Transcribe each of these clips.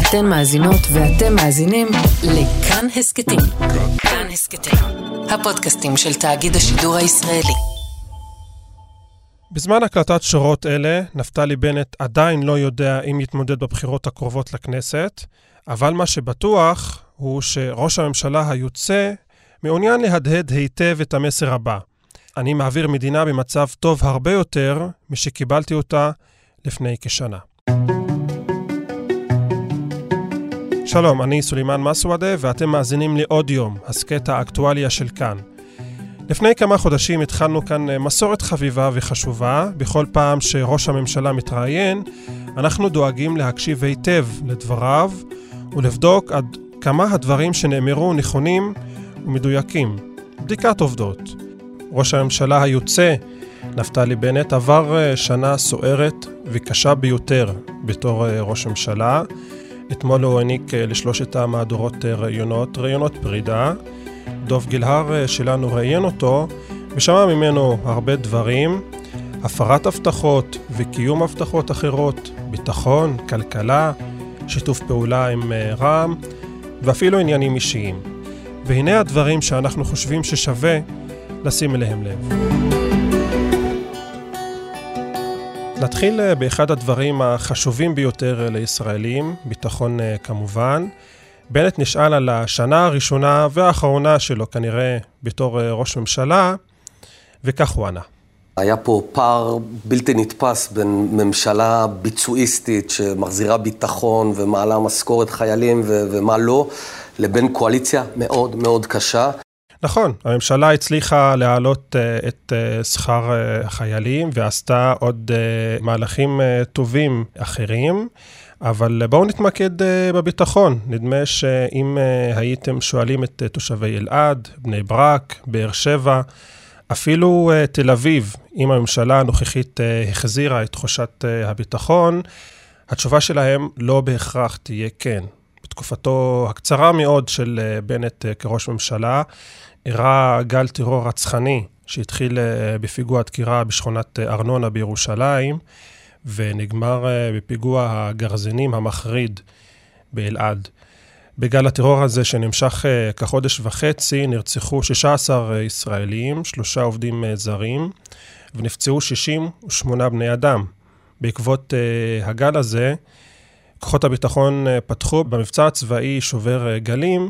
אתן מאזינות ואתם מאזינים לכאן הסקטים. כאן הסקטים, הפודקאסטים של תאגיד השידור הישראלי. בזמן הקלטת שורות אלה, נפתלי בנט עדיין לא יודע אם יתמודד בבחירות הקרובות לכנסת, אבל מה שבטוח הוא שראש הממשלה היוצא מעוניין להדהד היטב את המסר הבא. אני מעביר מדינה במצב טוב הרבה יותר משקיבלתי אותה לפני כשנה. שלום, אני סולימאן מסוודה ואתם מאזינים לעוד יום, הסקט האקטואליה של כאן. לפני כמה חודשים התחלנו כאן מסורת חביבה וחשובה. בכל פעם שראש הממשלה מתראיין, אנחנו דואגים להקשיב היטב לדבריו ולבדוק עד כמה הדברים שנאמרו נכונים ומדויקים. בדיקת עובדות. ראש הממשלה היוצא, נפתלי בנט, עבר שנה סוערת וקשה ביותר בתור ראש ממשלה. אתמול הוא העניק לשלושת המהדורות ראיונות פרידה. דוב גילהר שלנו ראיין אותו ושמע ממנו הרבה דברים, הפרת הבטחות וקיום הבטחות אחרות, ביטחון, כלכלה, שיתוף פעולה עם רע"מ ואפילו עניינים אישיים. והנה הדברים שאנחנו חושבים ששווה לשים אליהם לב. נתחיל באחד הדברים החשובים ביותר לישראלים, ביטחון כמובן. בנט נשאל על השנה הראשונה והאחרונה שלו כנראה בתור ראש ממשלה, וכך הוא ענה. היה פה פער בלתי נתפס בין ממשלה ביצועיסטית שמחזירה ביטחון ומעלה משכורת חיילים ומה לא, לבין קואליציה מאוד מאוד קשה. נכון, הממשלה הצליחה להעלות את שכר החיילים ועשתה עוד מהלכים טובים אחרים, אבל בואו נתמקד בביטחון. נדמה שאם הייתם שואלים את תושבי אלעד, בני ברק, באר שבע, אפילו תל אביב, אם הממשלה הנוכחית החזירה את תחושת הביטחון, התשובה שלהם לא בהכרח תהיה כן. בתקופתו הקצרה מאוד של בנט כראש ממשלה, אירע גל טרור רצחני שהתחיל בפיגוע דקירה בשכונת ארנונה בירושלים, ונגמר בפיגוע הגרזינים המחריד באלעד. בגל הטרור הזה שנמשך כחודש וחצי נרצחו 16 ישראלים, 3 עובדים זרים, ונפצעו 68 בני אדם. בעקבות הגל הזה, כוחות הביטחון פתחו במבצע הצבאי שובר גלים,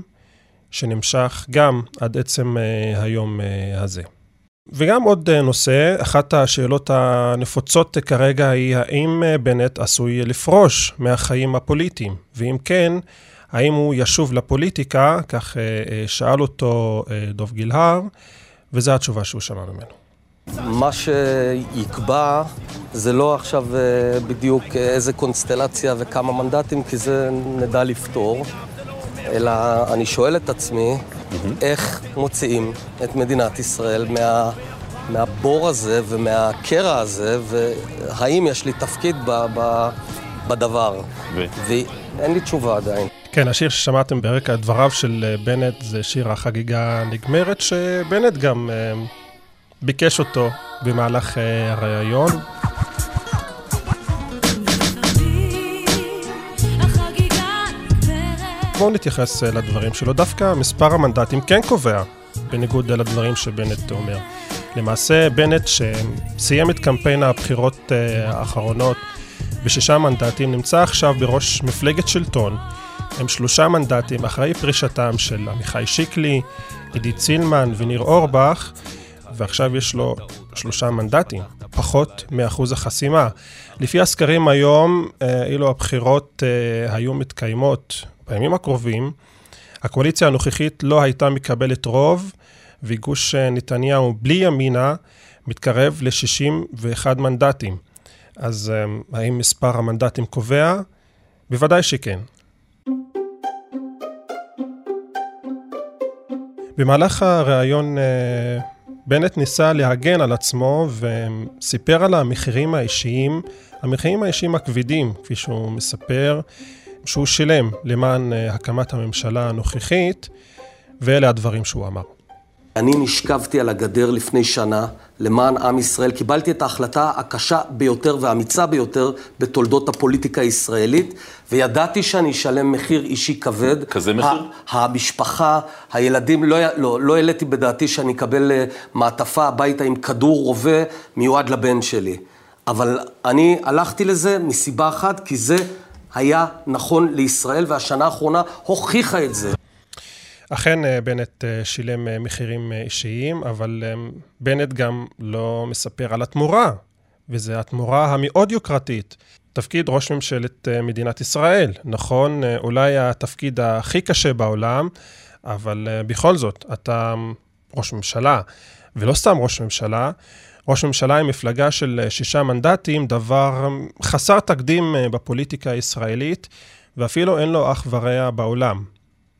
שנמשך גם עד עצם היום הזה. וגם עוד נושא, אחת השאלות הנפוצות כרגע היא האם בנט עשוי לפרוש מהחיים הפוליטיים, ואם כן, האם הוא ישוב לפוליטיקה, כך שאל אותו דוב גילהר, וזו התשובה שהוא שמע ממנו. מה שיקבע זה לא עכשיו בדיוק איזה קונסטלציה וכמה מנדטים, כי זה נדע לפתור, אלא אני שואל את עצמי, איך מוציאים את מדינת ישראל מהבור הזה ומהקרע הזה, והאם יש לי תפקיד בדבר. ואין לי תשובה עדיין. כן, השיר ששמעתם ברקע דבריו של בנט זה שיר החגיגה נגמרת, שבנט גם ביקש אותו במהלך הראיון. בואו נתייחס לדברים שלו. דווקא מספר המנדטים כן קובע, בניגוד לדברים שבנט אומר. למעשה, בנט שסיים את קמפיין הבחירות האחרונות ב6 מנדטים, נמצא עכשיו בראש מפלגת שלטון, הם 3 מנדטים אחרי פרישתם של עמיחי שיקלי, עידית סילמן וניר אורבך, ועכשיו יש לו 3 מנדטים, פחות מ1% החסימה. לפי הסקרים היום, אילו הבחירות היו מתקיימות בימים הקרובים, הקואליציה הנוכחית לא הייתה מקבלת רוב, וגוש נתניהו בלי ימינה מתקרב ל61 מנדטים. אז האם מספר המנדטים קובע? בוודאי שכן. במהלך הראיון בנט ניסה להגן על עצמו וסיפר על המחירים האישיים הכבדים, כפי שהוא מספר, שהוא שילם למען הקמת הממשלה הנוכחית, ואלה הדברים שהוא אמר. אני נשכבתי על הגדר לפני שנה למען עם ישראל. קיבלתי את ההחלטה הקשה ביותר והאמיצה ביותר בתולדות הפוליטיקה הישראלית, וידעתי שאני אשלם מחיר אישי כבד. כזה מחיר? המשפחה, הילדים, לא העליתי בדעתי שאני אקבל מעטפה הביתה עם כדור רובה מיועד לבן שלי. אבל אני הלכתי לזה מסיבה אחת, כי זה היה נכון לישראל, והשנה האחרונה הוכיחה את זה. אכן בנט שילם מחירים אישיים, אבל בנט גם לא מספר על התמורה, וזו התמורה המאוד יוקרתית. תפקיד ראש ממשלת מדינת ישראל, נכון, אולי התפקיד הכי קשה בעולם, אבל בכל זאת, אתה ראש ממשלה, ולא סתם ראש ממשלה, ראש ממשלה עם מפלגה של 6 מנדטים, דבר חסר תקדים בפוליטיקה הישראלית, ואפילו אין לו אח ורע בעולם.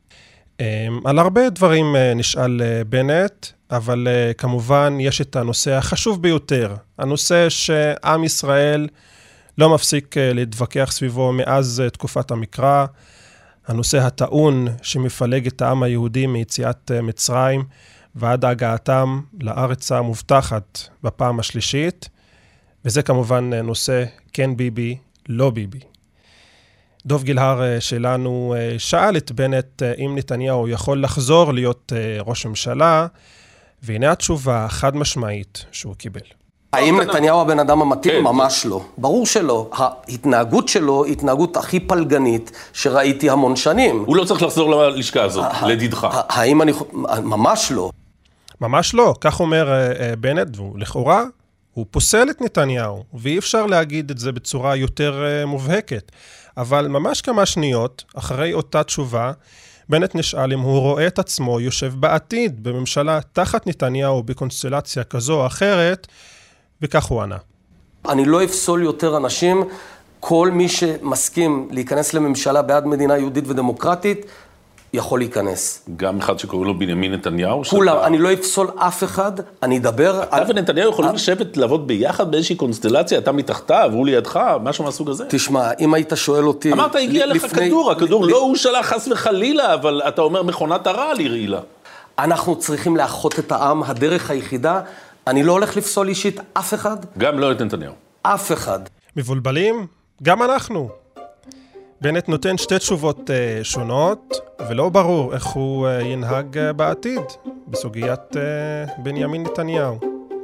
על הרבה דברים נשאל בנט, אבל כמובן יש את הנושא החשוב ביותר, הנושא שעם ישראל לא מפסיק להתווכח סביבו מאז תקופת המקרא, הנושא הטעון שמפלג את העם היהודי מיציאת מצרים ועד הגעתם לארץ המובטחת בפעם השלישית, וזה כמובן נושא כן ביבי, לא ביבי. דוב גילהר שלנו שאל את בנט אם נתניהו יכול לחזור להיות ראש ממשלה, והנה התשובה חד משמעית שהוא קיבל. האם נתניהו הבן אדם המתאים? ממש לא. ברור שלא. ההתנהגות שלו היא התנהגות הכי פלגנית שראיתי המון שנים. הוא לא צריך לחזור ללשכה הזאת, לדידך. האם אני... ממש לא. ממש לא. כך אומר בנט, ולכאורה הוא פוסל את נתניהו, ואי אפשר להגיד את זה בצורה יותר מובהקת. אבל ממש כמה שניות, אחרי אותה תשובה, בנט נשאל אם הוא רואה את עצמו יושב בעתיד בממשלה תחת נתניהו בקונסטלציה כזו או אחרת, וכך הוא ענה. אני לא אפסול יותר אנשים, כל מי שמסכים להיכנס לממשלה בעד מדינה יהודית ודמוקרטית, יכול להיכנס. גם אחד שקורא לו בנימין נתניהו? כולם, אני לא אפסול אף אחד, אני אדבר... אתה ונתניהו יכולים לשבת, לעבוד ביחד באיזושהי קונסטלציה, אתה מתחתיו, הוא לידך, משהו מהסוג הזה? תשמע, אם היית שואל אותי... אמרת, הגיע לך כדור, הכדור לא הוא שלח חס וחלילה, אבל אתה אומר מכונת הרעל הרעילה. אנחנו צריכים לאחות את העם, הדרך היחידה, אני לא הולך לפסול אישית אף אחד. גם לא את נתניהו. אף אחד. מבולבלים? גם אנחנו. בנט נותן 2 תשובות שונות, ולא ברור איך הוא ינהג בעתיד בסוגיית בנימין נתניהו.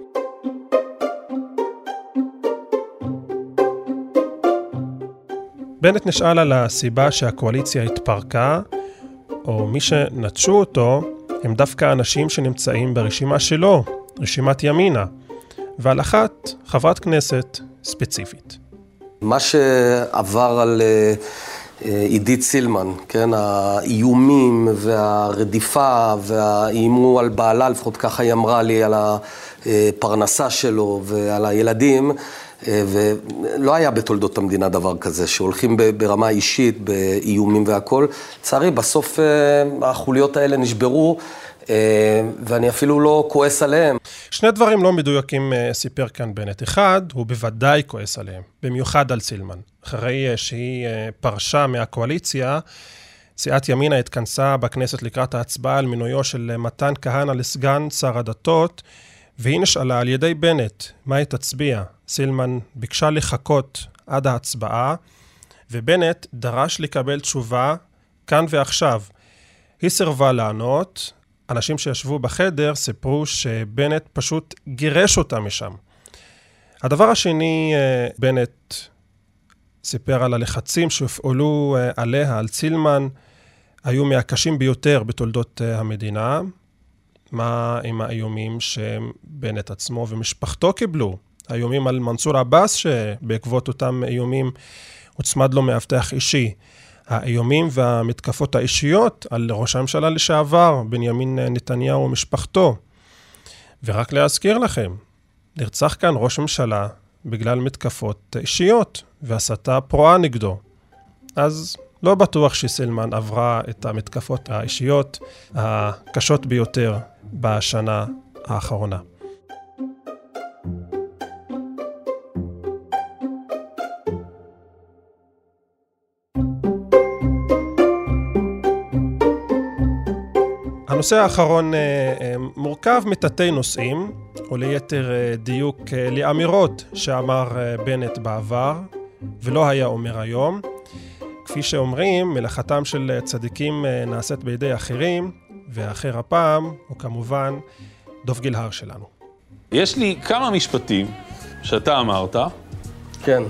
בנט נשאל על הסיבה שהקואליציה התפרקה, או מי שנטשו אותו, הם דווקא אנשים שנמצאים ברשימה שלו, רשימת ימינה, ועל אחת חברת כנסת ספציפית. מה שעבר על עידית סילמן, כן, האיומים והרדיפה והאימו על בעלה, לפחות ככה היא אמרה לי, על הפרנסה שלו ועל הילדים, ולא היה בתולדות המדינה דבר כזה, שהולכים ברמה אישית, באיומים והכל. לצערי, בסוף החוליות האלה נשברו, ואני אפילו לא כועס עליהם. 2 דברים לא מדויקים סיפר כאן בנט. אחד, הוא בוודאי כועס עליהם, במיוחד על סילמן. אחרי שהיא פרשה מהקואליציה, סיעת ימינה התכנסה בכנסת לקראת ההצבעה על מינויו של מתן כהנא לסגן שר הדתות, והיא נשאלה על ידי בנט מה היא תצביע. סילמן ביקשה לחכות עד ההצבעה, ובנט דרש לקבל תשובה כאן ועכשיו. היא סירבה לענות, אנשים שישבו בחדר סיפרו שבנט פשוט גירש אותה משם. הדבר השני, בנט סיפר על הלחצים שהופעלו עליה, על סילמן, היו מהקשים ביותר בתולדות המדינה. מה עם האיומים שבנט עצמו ומשפחתו קיבלו? האיומים על מנסור עבאס, שבעקבות אותם איומים הוצמד לו מאבטח אישי. האיומים והמתקפות האישיות על ראש הממשלה לשעבר, בנימין נתניהו ומשפחתו. ורק להזכיר לכם, נרצח כאן ראש ממשלה בגלל מתקפות אישיות והסתה פרועה נגדו. אז לא בטוח שסילמן עברה את המתקפות האישיות הקשות ביותר בשנה האחרונה. הנושא האחרון מורכב מתתי נושאים, או ליתר דיוק לאמירות שאמר בנט בעבר, ולא היה אומר היום. כפי שאומרים, מלאכתם של צדיקים נעשית בידי אחרים, והאחר הפעם הוא כמובן דוב גילהר שלנו. יש לי כמה משפטים שאתה אמרת. כן.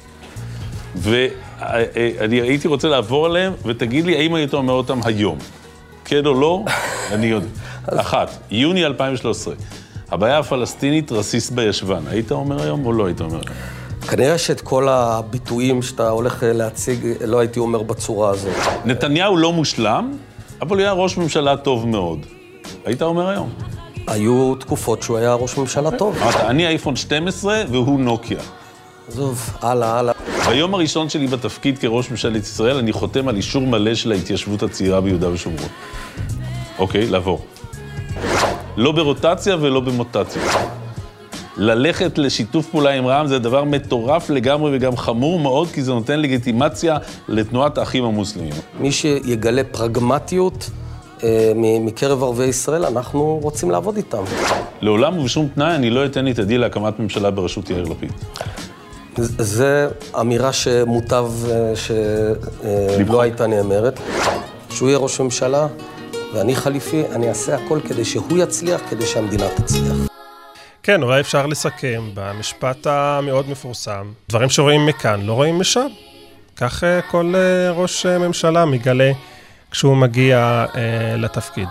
ואני הייתי רוצה לעבור עליהם, ותגיד לי האם היית אומר אותם היום. כן או לא? אני יודע. 1. יוני 2013. הבעיה הפלסטינית רסיס בישבן. היית אומר היום או לא היית אומר היום? כנראה שאת כל הביטויים שאתה הולך להציג, לא הייתי אומר בצורה הזאת. נתניהו לא מושלם, אבל הוא היה ראש ממשלה טוב מאוד. היית אומר היום? היו תקופות שהוא היה ראש ממשלה טוב. אני אייפון 12 והוא נוקיה. עזוב, הלאה. ביום הראשון שלי בתפקיד כראש ממשלת ישראל, אני חותם על אישור מלא של ההתיישבות הצעירה ביהודה ושומרון. אוקיי, לעבור. לא ברוטציה ולא במוטציה. ללכת לשיתוף פעולה עם רע"מ זה דבר מטורף לגמרי וגם חמור מאוד, כי זה נותן לגיטימציה לתנועת האחים המוסלמים. מי שיגלה פרגמטיות מקרב ערבי ישראל, אנחנו רוצים לעבוד איתם. לעולם ובשום תנאי אני לא אתן להתעדי להקמת ממשלה בראשות יאיר לפיד. זה אמירה שמוטב שלא הייתה נאמרת. שהוא יהיה ראש ממשלה ואני חליפי, אני אעשה הכל כדי שהוא יצליח, כדי שהמדינה תצליח. כן, אולי אפשר לסכם במשפט המאוד מפורסם. דברים שרואים מכאן, לא רואים משם. כך כל ראש ממשלה מגלה כשהוא מגיע לתפקיד.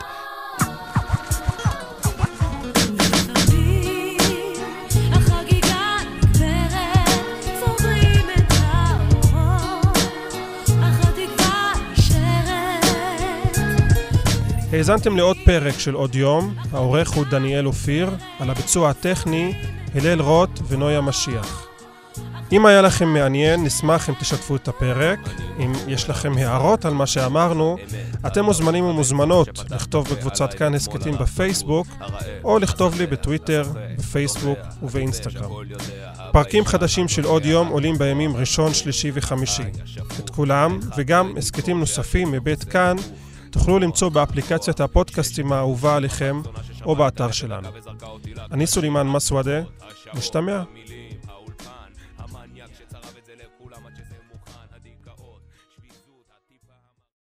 האזנתם לעוד פרק של עוד יום, העורך הוא דניאל אופיר, על הביצוע הטכני, הלל רוט ונויה משיח. אם היה לכם מעניין, נשמח אם תשתפו את הפרק. אם יש לכם הערות על מה שאמרנו, אתם מוזמנים ומוזמנות לכתוב בקבוצת כאן הסקטים בפייסבוק, או לכתוב לי בטוויטר, בפייסבוק ובאינסטגרם. פרקים חדשים של עוד יום עולים בימים ראשון, שלישי וחמישי. את כולם, וגם הסקטים נוספים מבית כאן, תוכלו למצוא באפליקציית הפודקאסטים האהובה עליכם, או באתר שלנו. אני סולימן מסוודה, נשתמע.